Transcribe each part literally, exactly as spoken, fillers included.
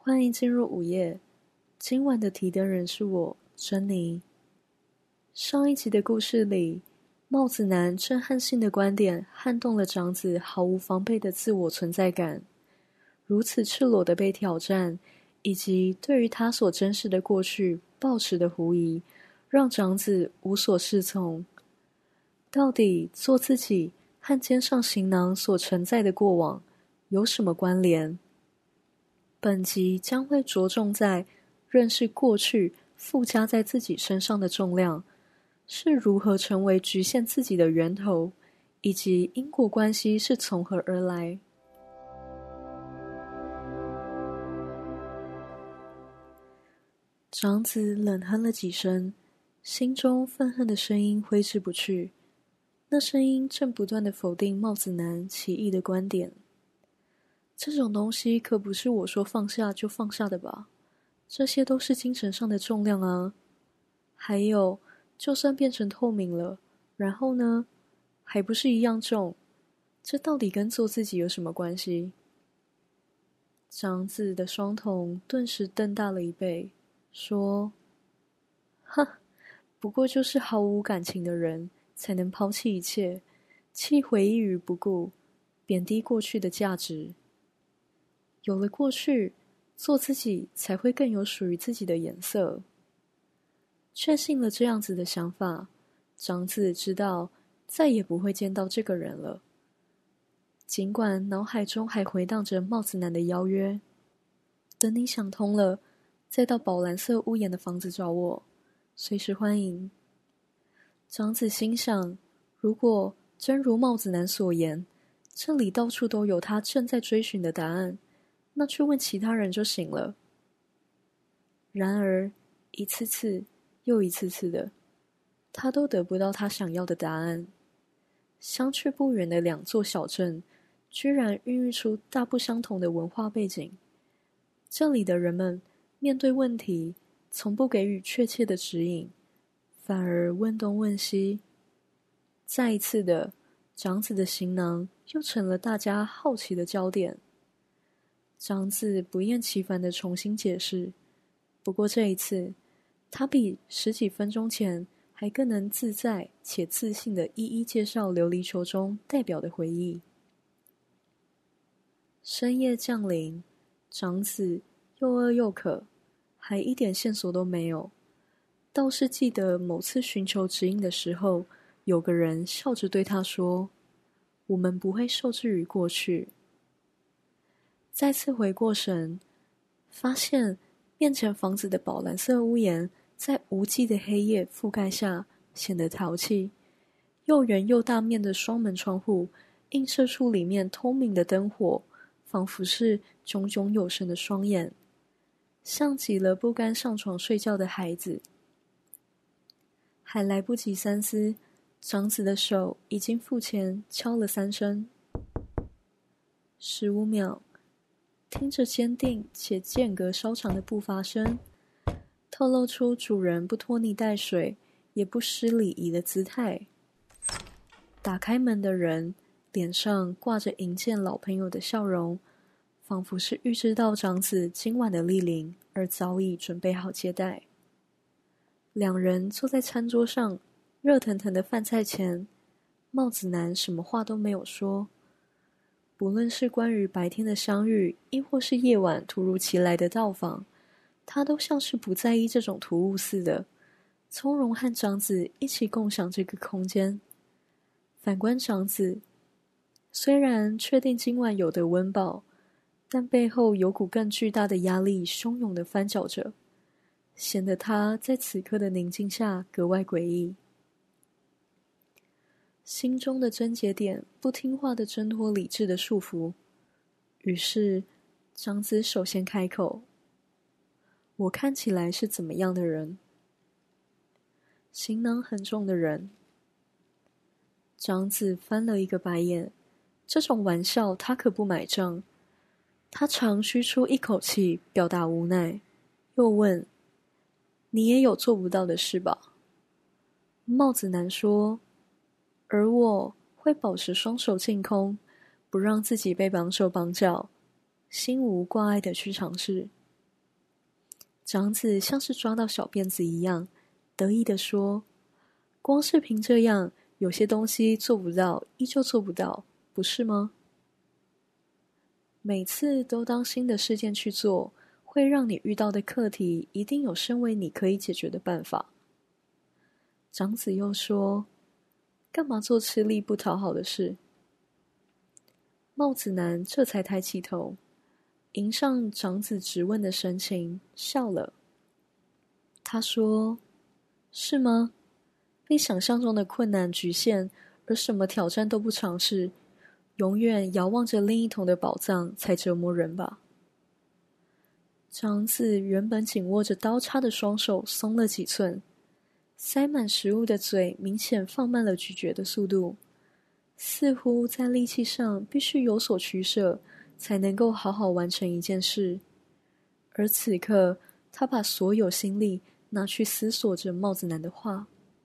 欢迎进入午夜，今晚的提灯人是我，珍妮。上一集的故事里，帽子男震撼性的观点撼动了长子毫无防备的自我存在感，如此赤裸的被挑战，以及对于他所珍视的过去抱持的狐疑，让长子无所适从。到底做自己和肩上行囊所承载的过往有什么关联？本集将会着重在认识过去附加在自己身上的重量是如何成为局限自己的源头，以及因果关系是从何而来。长子冷哼了几声，心中愤恨的声音挥之不去，那声音正不断地否定帽子男奇异的观点。这种东西可不是我说放下就放下的吧，这些都是精神上的重量啊。还有，就算变成透明了，然后呢，还不是一样重，这到底跟做自己有什么关系？长子的双瞳顿时瞪大了一倍，说：哼，不过就是毫无感情的人才能抛弃一切，弃回忆于不顾，贬低过去的价值。有了过去，做自己才会更有属于自己的颜色。确信了这样子的想法，长子知道再也不会见到这个人了。尽管脑海中还回荡着帽子男的邀约，等你想通了，再到宝蓝色屋檐的房子找我，随时欢迎。长子心想，如果真如帽子男所言，这里到处都有他正在追寻的答案，那去问其他人就行了。然而，一次次又一次次的，他都得不到他想要的答案。相去不远的两座小镇，居然孕育出大不相同的文化背景。这里的人们面对问题，从不给予确切的指引，反而问东问西。再一次的，长子的行囊又成了大家好奇的焦点。长子不厌其烦地重新解释，不过这一次，他比十几分钟前还更能自在且自信地一一介绍琉璃球中代表的回忆。深夜降临，长子又饿又渴，还一点线索都没有。倒是记得某次寻求指引的时候，有个人笑着对他说：“我们不会受制于过去。”再次回过神，发现面前房子的宝蓝色屋檐在无际的黑夜覆盖下显得淘气，又圆又大面的双门窗户映射出里面通明的灯火，仿佛是炯炯有神的双眼，像极了不甘上床睡觉的孩子。还来不及三思，长子的手已经腹前敲了三声。十五秒，听着坚定且间隔稍长的步伐声，透露出主人不拖泥带水也不失礼仪的姿态。打开门的人脸上挂着迎见老朋友的笑容，仿佛是预知到长子今晚的莅临而早已准备好接待。两人坐在餐桌上热腾腾的饭菜前，帽子男什么话都没有说。不论是关于白天的相遇，亦或是夜晚突如其来的到访，他都像是不在意这种突兀似的，从容和长子一起共享这个空间。反观长子，虽然确定今晚有得温饱，但背后有股更巨大的压力汹涌地翻搅着，显得他在此刻的宁静下格外诡异。心中的症结点不听话地挣脱理智的束缚，于是长子首先开口：“我看起来是怎么样的人？”行囊很重的人。长子翻了一个白眼，这种玩笑他可不买账。他长吁出一口气，表达无奈，又问：“你也有做不到的事吧？”帽子男说：“而我会保持双手净空，不让自己被绑手绑脚，心无挂碍地去尝试。” 长子像是抓到小辫子一样，得意地说：光是凭这样，有些东西做不到，依旧做不到，不是吗？每次都当新的事件去做，会让你遇到的课题一定有身为你可以解决的办法。长子又说：干嘛做吃力不讨好的事？帽子男这才抬起头，迎上长子质问的神情，笑了。他说：是吗？被想象中的困难局限，而什么挑战都不尝试，永远遥望着另一头的宝藏才折磨人吧。长子原本紧握着刀叉的双手松了几寸，塞满食物的嘴明显放慢了咀嚼的速度，似乎在力气上必须有所取舍，才能够好好完成一件事。而此刻，他把所有心力拿去思索着帽子男的话。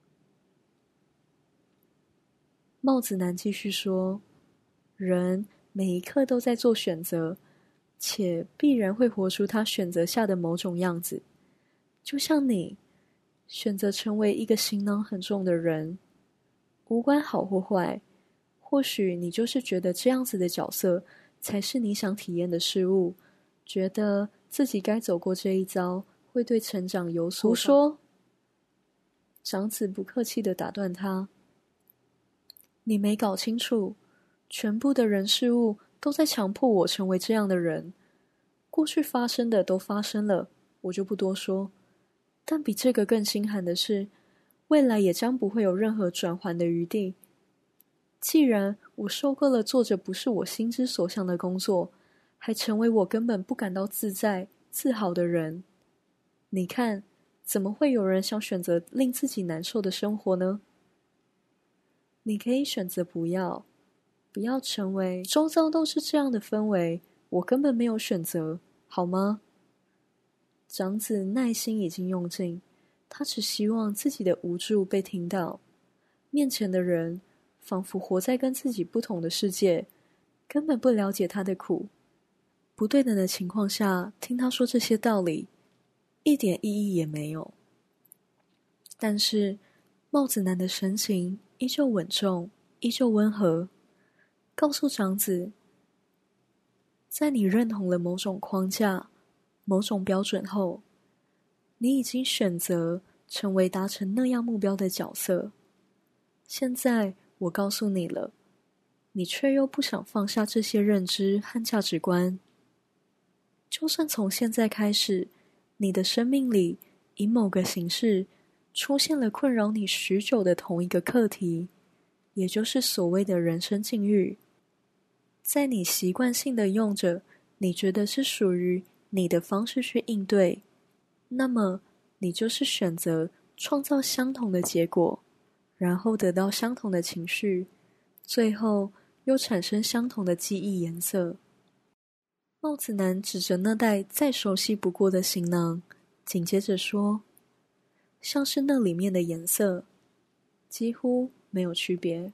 帽子男继续说：人每一刻都在做选择，且必然会活出他选择下的某种样子。就像你选择成为一个行囊很重的人，无关好或坏，或许你就是觉得这样子的角色才是你想体验的事物，觉得自己该走过这一遭，会对成长有所胡说。长子不客气地打断他：你没搞清楚，全部的人事物都在强迫我成为这样的人。过去发生的都发生了，我就不多说。但比这个更心寒的是，未来也将不会有任何转圜的余地。既然我受够了做着不是我心之所向的工作，还成为我根本不感到自在、自豪的人，你看，怎么会有人想选择令自己难受的生活呢？你可以选择不要，不要成为周遭都是这样的氛围，我根本没有选择，好吗？长子耐心已经用尽，他只希望自己的无助被听到。面前的人仿佛活在跟自己不同的世界，根本不了解他的苦。不对等的情况下，听他说这些道理，一点意义也没有。但是帽子男的神情依旧稳重，依旧温和，告诉长子，在你认同了某种框架、某种标准后，你已经选择成为达成那样目标的角色。现在我告诉你了，你却又不想放下这些认知和价值观。就算从现在开始，你的生命里以某个形式出现了困扰你许久的同一个课题，也就是所谓的人生境遇，在你习惯性的用着你觉得是属于你的方式去应对，那么你就是选择创造相同的结果，然后得到相同的情绪，最后又产生相同的记忆颜色。帽子男指着那袋再熟悉不过的行囊，紧接着说，像是那里面的颜色几乎没有区别。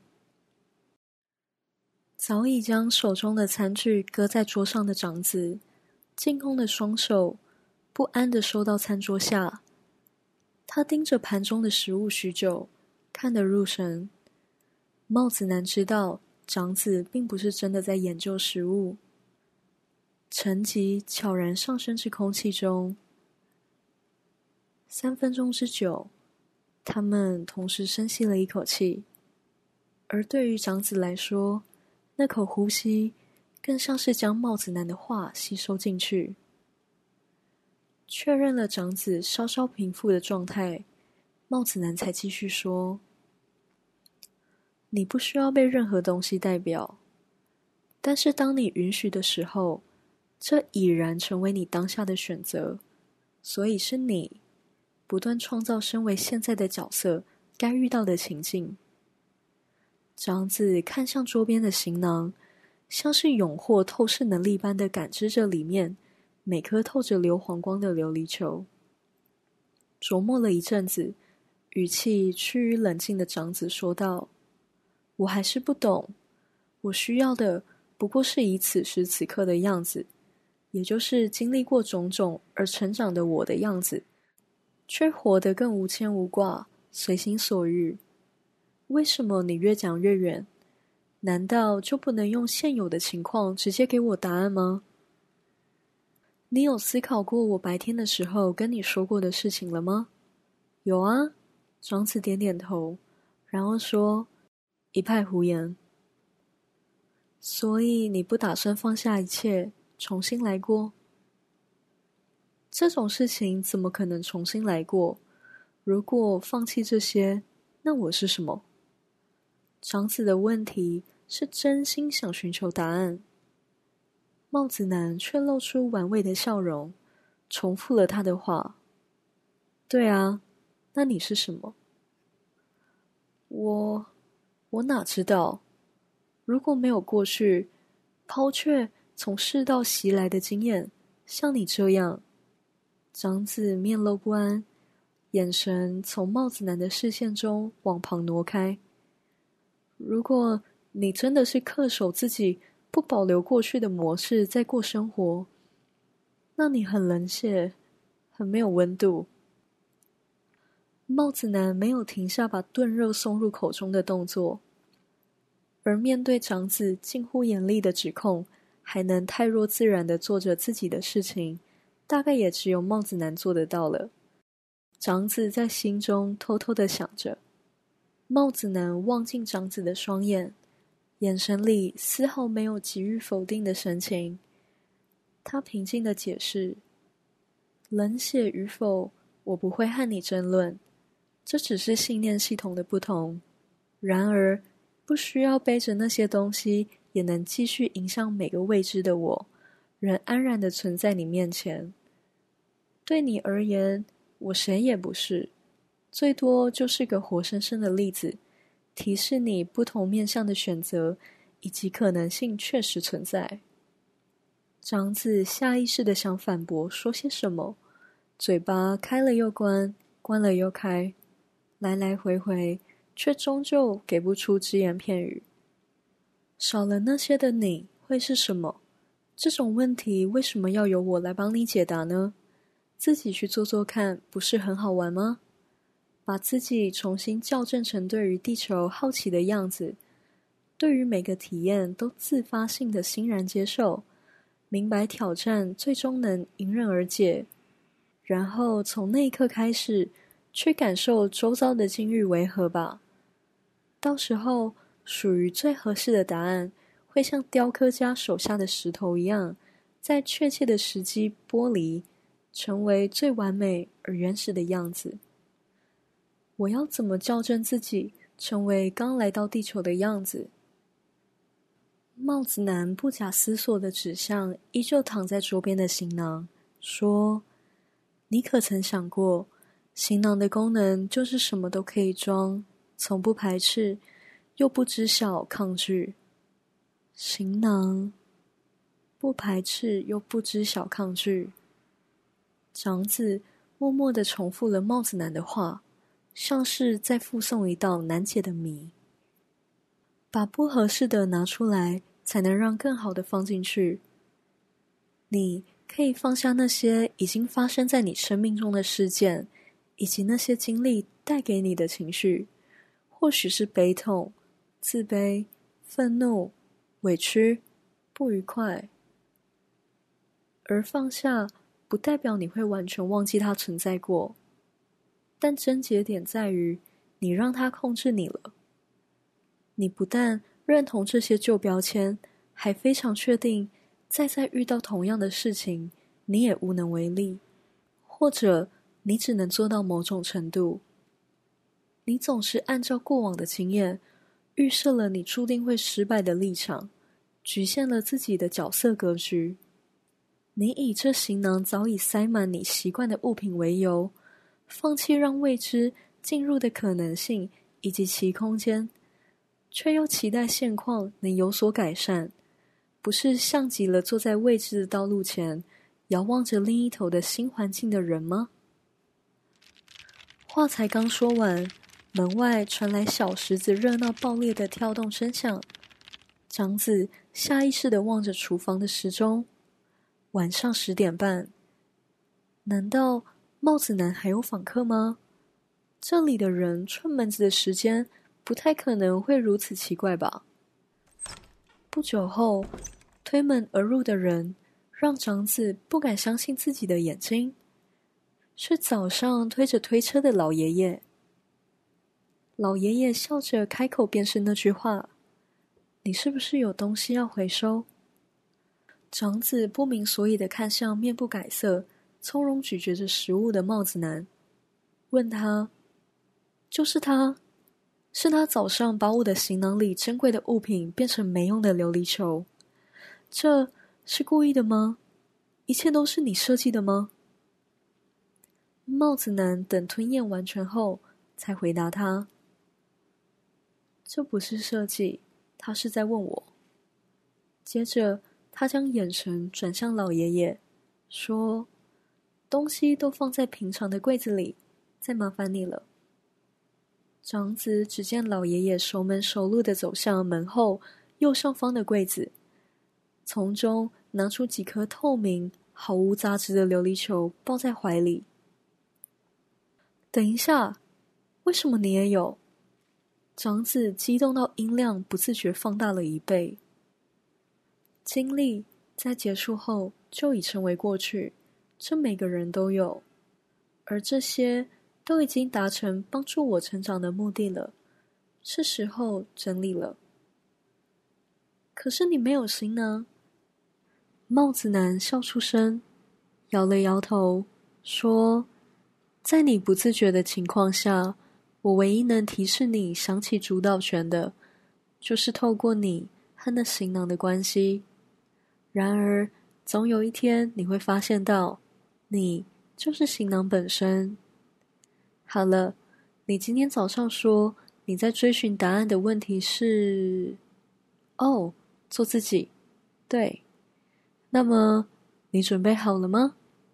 早已将手中的餐具搁在桌上的长子，净空的双手不安地收到餐桌下。他盯着盘中的食物许久，看得入神。帽子男知道长子并不是真的在研究食物。沉寂悄然上升至空气中，三分钟之久，他们同时深吸了一口气。而对于长子来说，那口呼吸更像是将帽子男的话吸收进去。确认了长子稍稍平复的状态，帽子男才继续说，你不需要被任何东西代表，但是当你允许的时候，这已然成为你当下的选择，所以是你不断创造身为现在的角色该遇到的情境。长子看向桌边的行囊，像是永获透视能力般的感知着里面每颗透着硫磺光的琉璃球。琢磨了一阵子，语气趋于冷静的长子说道，我还是不懂，我需要的不过是以此时此刻的样子， 也就是经历过种种而成长的我的样子，却活得更无牵无挂，随心所欲。为什么你越讲越远？难道就不能用现有的情况直接给我答案吗？你有思考过我白天的时候跟你说过的事情了吗？有啊，长子点点头，然后说，一派胡言。所以你不打算放下一切，重新来过？这种事情怎么可能重新来过？如果放弃这些，那我是什么？长子的问题是真心想寻求答案。帽子男却露出玩味的笑容，重复了他的话。对啊，那你是什么？我……我哪知道？如果没有过去，抛却从世道袭来的经验，像你这样……长子面露不安，眼神从帽子男的视线中往旁挪开。如果你真的是恪守自己不保留过去的模式在过生活，那你很冷血，很没有温度。帽子男没有停下把炖肉送入口中的动作，而面对长子近乎严厉的指控，还能泰若自然地做着自己的事情，大概也只有帽子男做得到了。长子在心中偷偷地想着。帽子男望进长子的双眼，眼神里丝毫没有急于否定的神情。他平静地解释，冷血与否，我不会和你争论，这只是信念系统的不同。然而，不需要背着那些东西，也能继续影响每个未知的我，仍安然地存在你面前。对你而言，我谁也不是，最多就是个活生生的例子，提示你不同面向的选择，以及可能性确实存在。长子下意识地想反驳说些什么，嘴巴开了又关，关了又开，来来回回，却终究给不出只言片语。少了那些的你会是什么？这种问题为什么要由我来帮你解答呢？自己去做做看，不是很好玩吗？把自己重新校正成对于地球好奇的样子，对于每个体验都自发性的欣然接受，明白挑战最终能迎刃而解，然后从那一刻开始，去感受周遭的境遇为何吧。到时候，属于最合适的答案，会像雕刻家手下的石头一样，在确切的时机剥离，成为最完美而原始的样子。我要怎么校正自己，成为刚来到地球的样子？帽子男不假思索地指向依旧躺在桌边的行囊，说：你可曾想过，行囊的功能就是什么都可以装，从不排斥，又不知晓抗拒。行囊，不排斥又不知晓抗拒。长子默默地重复了帽子男的话，像是在附送一道难解的谜。把不合适的拿出来，才能让更好的放进去。你可以放下那些已经发生在你生命中的事件，以及那些经历带给你的情绪，或许是悲痛、自卑、愤怒、委屈、不愉快。而放下不代表你会完全忘记它存在过，但症结点在于你让它控制你了。你不但认同这些旧标签，还非常确定再再遇到同样的事情，你也无能为力，或者你只能做到某种程度。你总是按照过往的经验，预设了你注定会失败的立场，局限了自己的角色格局。你以这行囊早已塞满你习惯的物品为由，放弃让未知进入的可能性以及其空间，却又期待现况能有所改善，不是像极了坐在未知的道路前，遥望着另一头的新环境的人吗？话才刚说完，门外传来小石子热闹爆裂的跳动声响。长子下意识地望着厨房的时钟， 晚上十点半，难道帽子男还有访客吗？这里的人串门子的时间不太可能会如此奇怪吧？不久后，推门而入的人让长子不敢相信自己的眼睛，是早上推着推车的老爷爷。老爷爷笑着开口，便是那句话：你是不是有东西要回收？长子不明所以的看向面不改色、从容咀嚼着食物的帽子男，问他：就是他，是他早上把我的行囊里珍贵的物品变成没用的琉璃球，这是故意的吗？一切都是你设计的吗？帽子男等吞咽完全后才回答他：这不是设计，他是在问我。接着他将眼神转向老爷爷，说：东西都放在平常的柜子里，再麻烦你了。长子只见老爷爷熟门熟路地走向门后右上方的柜子，从中拿出几颗透明、毫无杂质的琉璃球抱在怀里。等一下，为什么你也有？长子激动到音量不自觉放大了一倍。经历在结束后就已成为过去，这每个人都有，而这些都已经达成帮助我成长的目的了，是时候整理了。可是你没有心呢？帽子男笑出声，摇了摇头，说：在你不自觉的情况下，我唯一能提示你想起主导权的，就是透过你和那行囊的关系。然而，总有一天你会发现到，你就是行囊本身。好了，你今天早上说你在追寻答案的问题是……哦，做自己。对，那么你准备好了吗？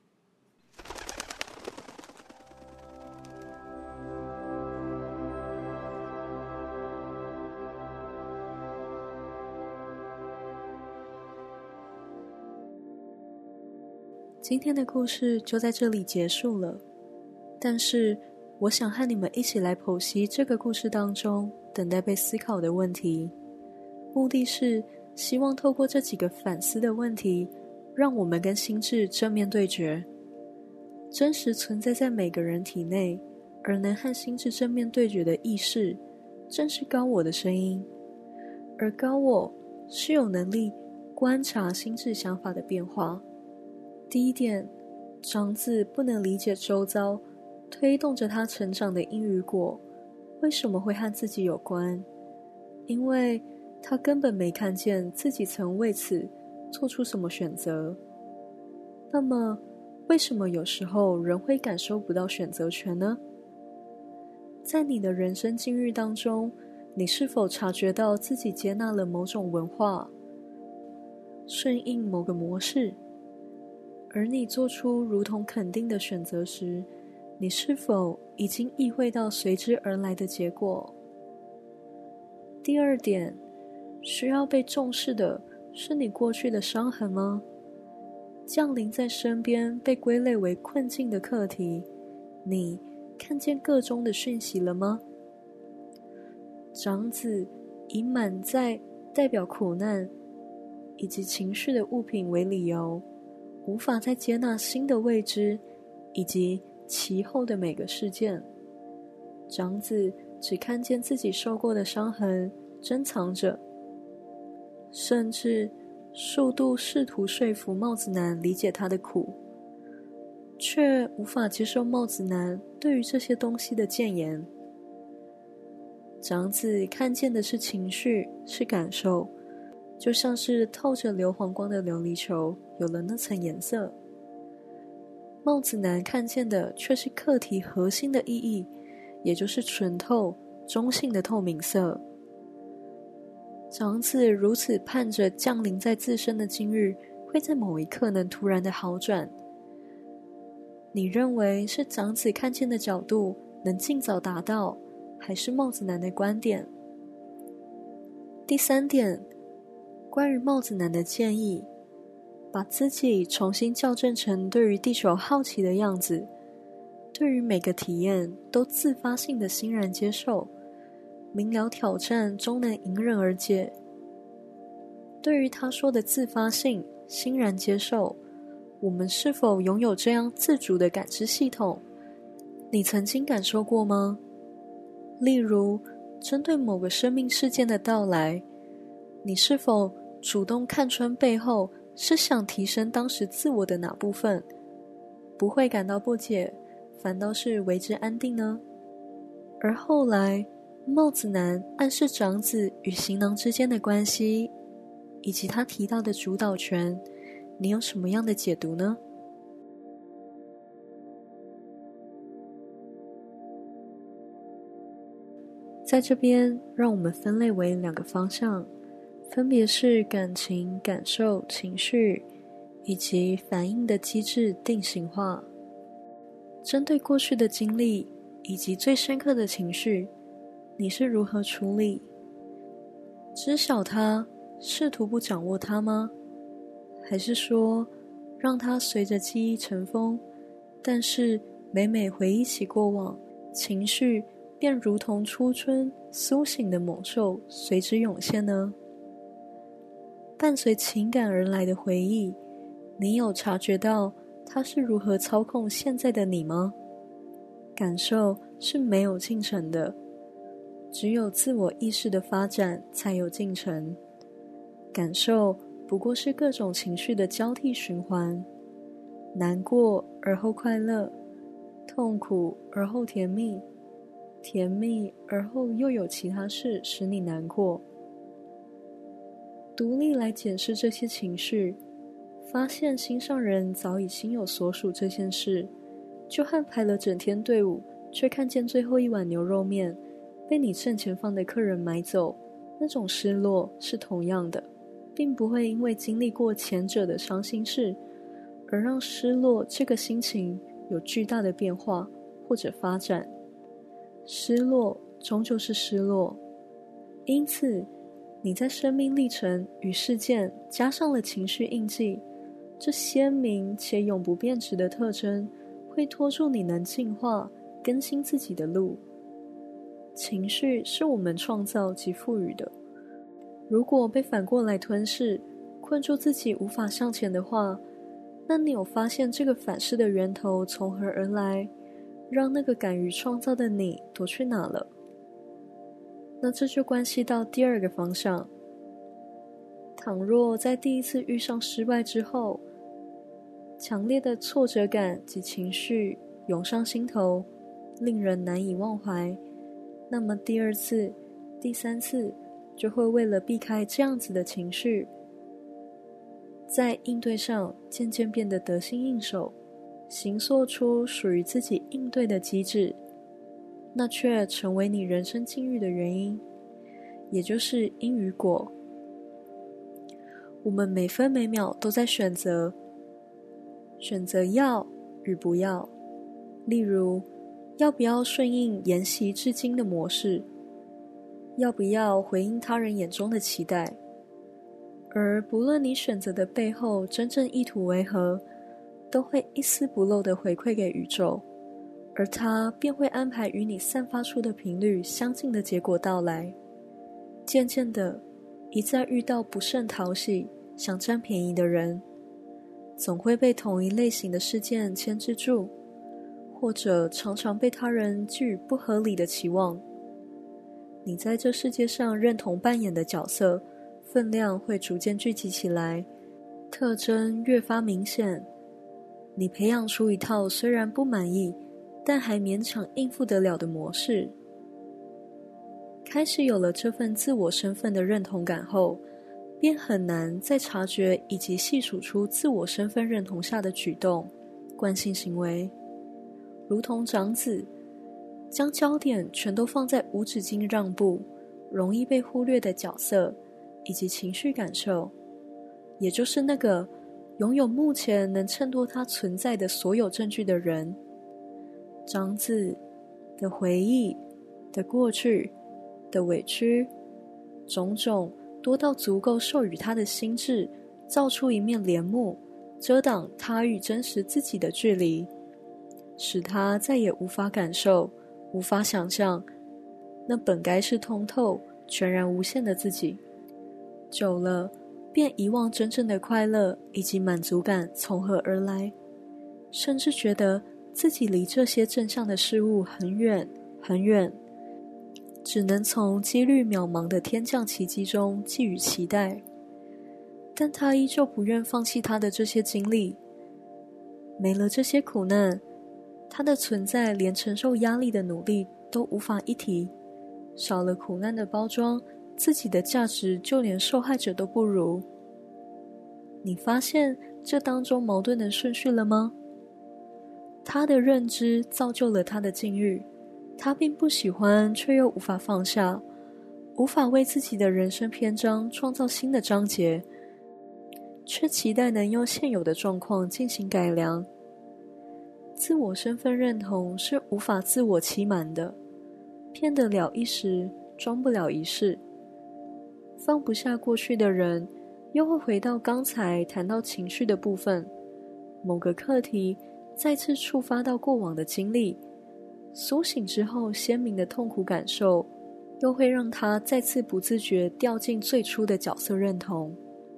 今天的故事就在这里结束了，但是我想和你们一起来剖析这个故事当中等待被思考的问题，目的是希望透过这几个反思的问题，让我们跟心智正面对决。真实存在在每个人体内，而能和心智正面对决的意识，正是高我的声音。而高我是有能力观察心智想法的变化。第一点，长子不能理解周遭推动着他成长的因与果为什么会和自己有关，因为他根本没看见自己曾为此做出什么选择。那么为什么有时候人会感受不到选择权呢？在你的人生境遇当中，你是否察觉到自己接纳了某种文化，顺应某个模式？而你做出如同肯定的选择时，你是否已经意会到随之而来的结果？第二点，需要被重视的是你过去的伤痕吗？降临在身边被归类为困境的课题，你看见个中的讯息了吗？长子以满载代表苦难以及情绪的物品为理由，无法再接纳新的未知以及其后的每个事件。长子只看见自己受过的伤痕珍藏着，甚至数度试图说服帽子男理解他的苦，却无法接受帽子男对于这些东西的谏言。长子看见的是情绪，是感受，就像是透着硫磺光的琉璃球有了那层颜色。帽子男看见的却是课题核心的意义，也就是纯透、中性的透明色。长子如此盼着降临在自身的境遇会在某一刻能突然的好转。你认为是长子看见的角度能尽早达到，还是帽子男的观点？第三点，关于帽子男的建议， 把自己重新校正成对于地球好奇的样子，对于每个体验都自发性的欣然接受，明了挑战终能迎刃而解。对于他说的自发性、欣然接受，我们是否拥有这样自主的感知系统？你曾经感受过吗？例如，针对某个生命事件的到来，你是否主动看穿背后是想提升当时自我的哪部分，不会感到不解，反倒是为之安定呢？而后来，帽子男暗示长子与行囊之间的关系，以及他提到的主导权，你有什么样的解读呢？在这边，让我们分类为两个方向，分别是感情、感受、情绪，以及反应的机制定型化。针对过去的经历以及最深刻的情绪，你是如何处理？知晓它，试图不掌握它吗？还是说，让它随着记忆尘封，但是每每回忆起过往，情绪便如同初春苏醒的猛兽随之涌现呢？伴随情感而来的回忆，你有察觉到它是如何操控现在的你吗？感受是没有进程的，只有自我意识的发展才有进程。感受不过是各种情绪的交替循环，难过而后快乐，痛苦而后甜蜜，甜蜜而后又有其他事使你难过。独立来检视这些情绪，发现心上人早已心有所属这件事，就和排了整天队伍却看见最后一碗牛肉面被你正前方的客人买走，那种失落是同样的，并不会因为经历过前者的伤心事而让失落这个心情有巨大的变化或者发展。失落终究是失落，因此你在生命历程与事件加上了情绪印记，这鲜明且永不变质的特征会拖住你能进化更新自己的路。情绪是我们创造及赋予的，如果被反过来吞噬，困住自己无法向前的话，那你有发现这个反噬的源头从何而来，让那个敢于创造的你躲去哪了？那这就关系到第二个方向。倘若在第一次遇上失败之后，强烈的挫折感及情绪涌上心头，令人难以忘怀，那么第二次、第三次就会为了避开这样子的情绪，在应对上渐渐变得得心应手，形塑出属于自己应对的机制，那却成为你人生境遇的原因，也就是因与果。我们每分每秒都在选择，选择要与不要。例如，要不要顺应沿袭至今的模式，要不要回应他人眼中的期待。而不论你选择的背后真正意图为何，都会一丝不漏地回馈给宇宙，而它便会安排与你散发出的频率相近的结果到来。渐渐的，一再遇到不甚讨喜、想占便宜的人，总会被同一类型的事件牵制住，或者常常被他人寄予不合理的期望。你在这世界上认同扮演的角色，分量会逐渐聚集起来，特征越发明显。你培养出一套虽然不满意，但还勉强应付得了的模式。开始有了这份自我身份的认同感后，便很难再察觉以及细数出自我身份认同下的举动、惯性行为。如同长子，将焦点全都放在无止境让步、容易被忽略的角色以及情绪感受，也就是那个拥有目前能衬托他存在的所有证据的人。长子的回忆、的过去、的委屈，种种多到足够授予他的心智造出一面帘幕， 遮挡他与真实自己的距离，使他再也无法感受、无法想象那本该是通透、全然无限的自己。久了，便遗忘真正的快乐以及满足感从何而来，甚至觉得自己离这些正向的事物很远很远，只能从几率渺茫的天降奇迹中寄予期待。但他依旧不愿放弃他的这些经历。没了这些苦难，他的存在连承受压力的努力都无法一提，少了苦难的包装，自己的价值就连受害者都不如。你发现这当中矛盾的顺序了吗？他的认知造就了他的境遇，他并不喜欢，却又无法放下，无法为自己的人生篇章创造新的章节，却期待能用现有的状况进行改良。自我身份认同是无法自我欺瞒的，骗得了一时，装不了一世。放不下过去的人，又会回到刚才谈到情绪的部分，某个课题再次触发到过往的经历，苏醒之后鲜明的痛苦感受，又会让他再次不自觉掉进最初的角色认同。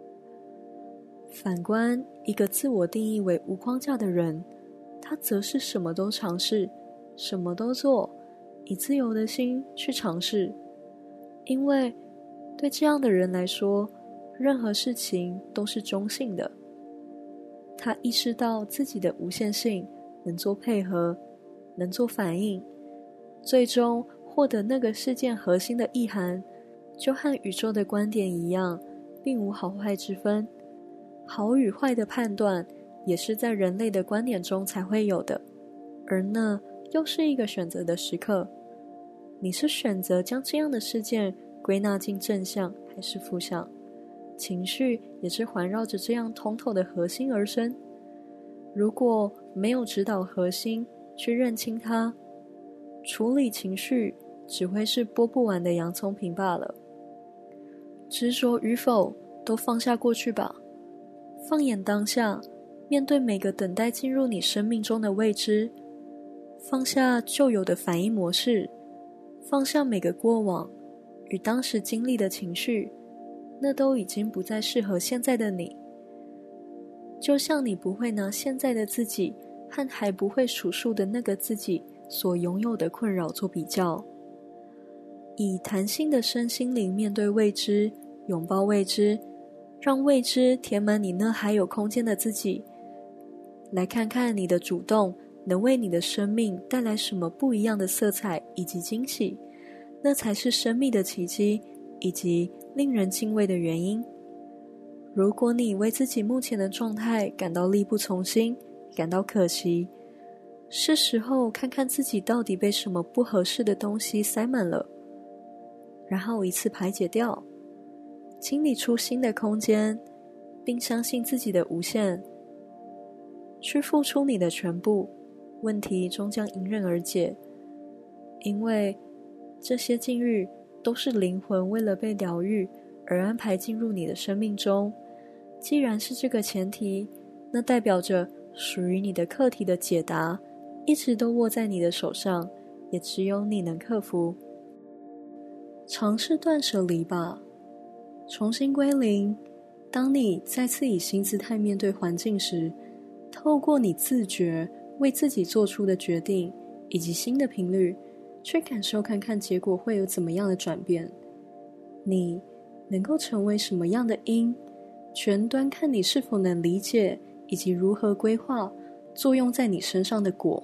反观一个自我定义为无框架的人，他则是什么都尝试，什么都做，以自由的心去尝试。因为对这样的人来说，任何事情都是中性的。他意识到自己的无限性，能做配合，能做反应，最终获得那个事件核心的意涵，就和宇宙的观点一样，并无好坏之分。好与坏的判断也是在人类的观点中才会有的，而那又是一个选择的时刻。你是选择将这样的事件归纳进正向还是负向？情绪也是环绕着这样通透的核心而生。如果没有指导核心去认清它，处理情绪只会是剥不完的洋葱皮罢了。执着与否都放下过去吧，放眼当下，面对每个等待进入你生命中的未知，放下旧有的反应模式，放下每个过往与当时经历的情绪，那都已经不再适合现在的你。就像你不会拿现在的自己和还不会数数的那个自己所拥有的困扰做比较。以弹性的身心灵面对未知，拥抱未知，让未知填满你那还有空间的自己，来看看你的主动能为你的生命带来什么不一样的色彩以及惊喜，那才是生命的奇迹以及令人敬畏的原因。如果你为自己目前的状态感到力不从心，感到可惜，是时候看看自己到底被什么不合适的东西塞满了，然后一次排解掉，清理出新的空间，并相信自己的无限，去付出你的全部，问题终将迎刃而解。因为这些境遇都是灵魂为了被疗愈而安排进入你的生命中。既然是这个前提，那代表着属于你的课题的解答一直都握在你的手上，也只有你能克服。尝试断舍离吧，重新归零。当你再次以新姿态面对环境时，透过你自觉为自己做出的决定以及新的频率，去感受看看结果会有怎么样的转变。你能够成为什么样的因，全端看你是否能理解以及如何规划作用在你身上的果。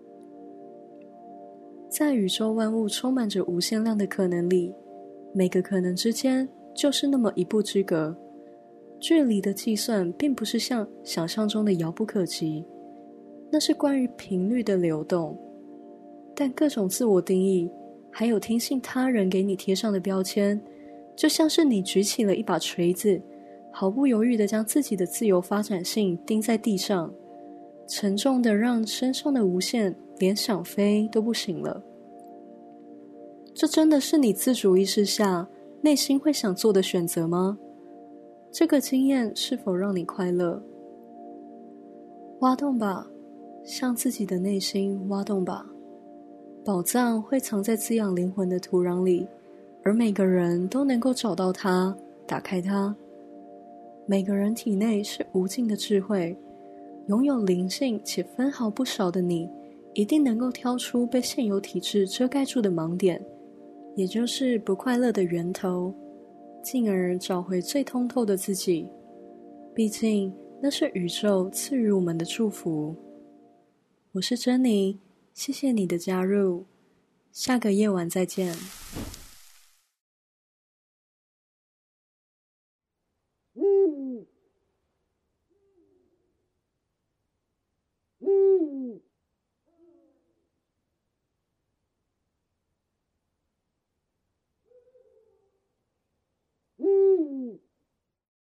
在宇宙万物充满着无限量的可能里，每个可能之间就是那么一步之隔。距离的计算并不是像想象中的遥不可及，那是关于频率的流动。但各种自我定义，还有听信他人给你贴上的标签，就像是你举起了一把锤子，毫不犹豫地将自己的自由发展性钉在地上，沉重的让身上的无限连想飞都不行了。这真的是你自主意识下内心会想做的选择吗？这个经验是否让你快乐？ 挖洞吧，向自己的内心挖洞吧。宝藏会藏在滋养灵魂的土壤里，而每个人都能够找到它，打开它。每个人体内是无尽的智慧，拥有灵性且分毫不少的你，一定能够挑出被现有体制遮盖住的盲点，也就是不快乐的源头，进而找回最通透的自己。毕竟那是宇宙赐予我们的祝福。我是珍妮，谢谢你的加入，下个夜晚再见。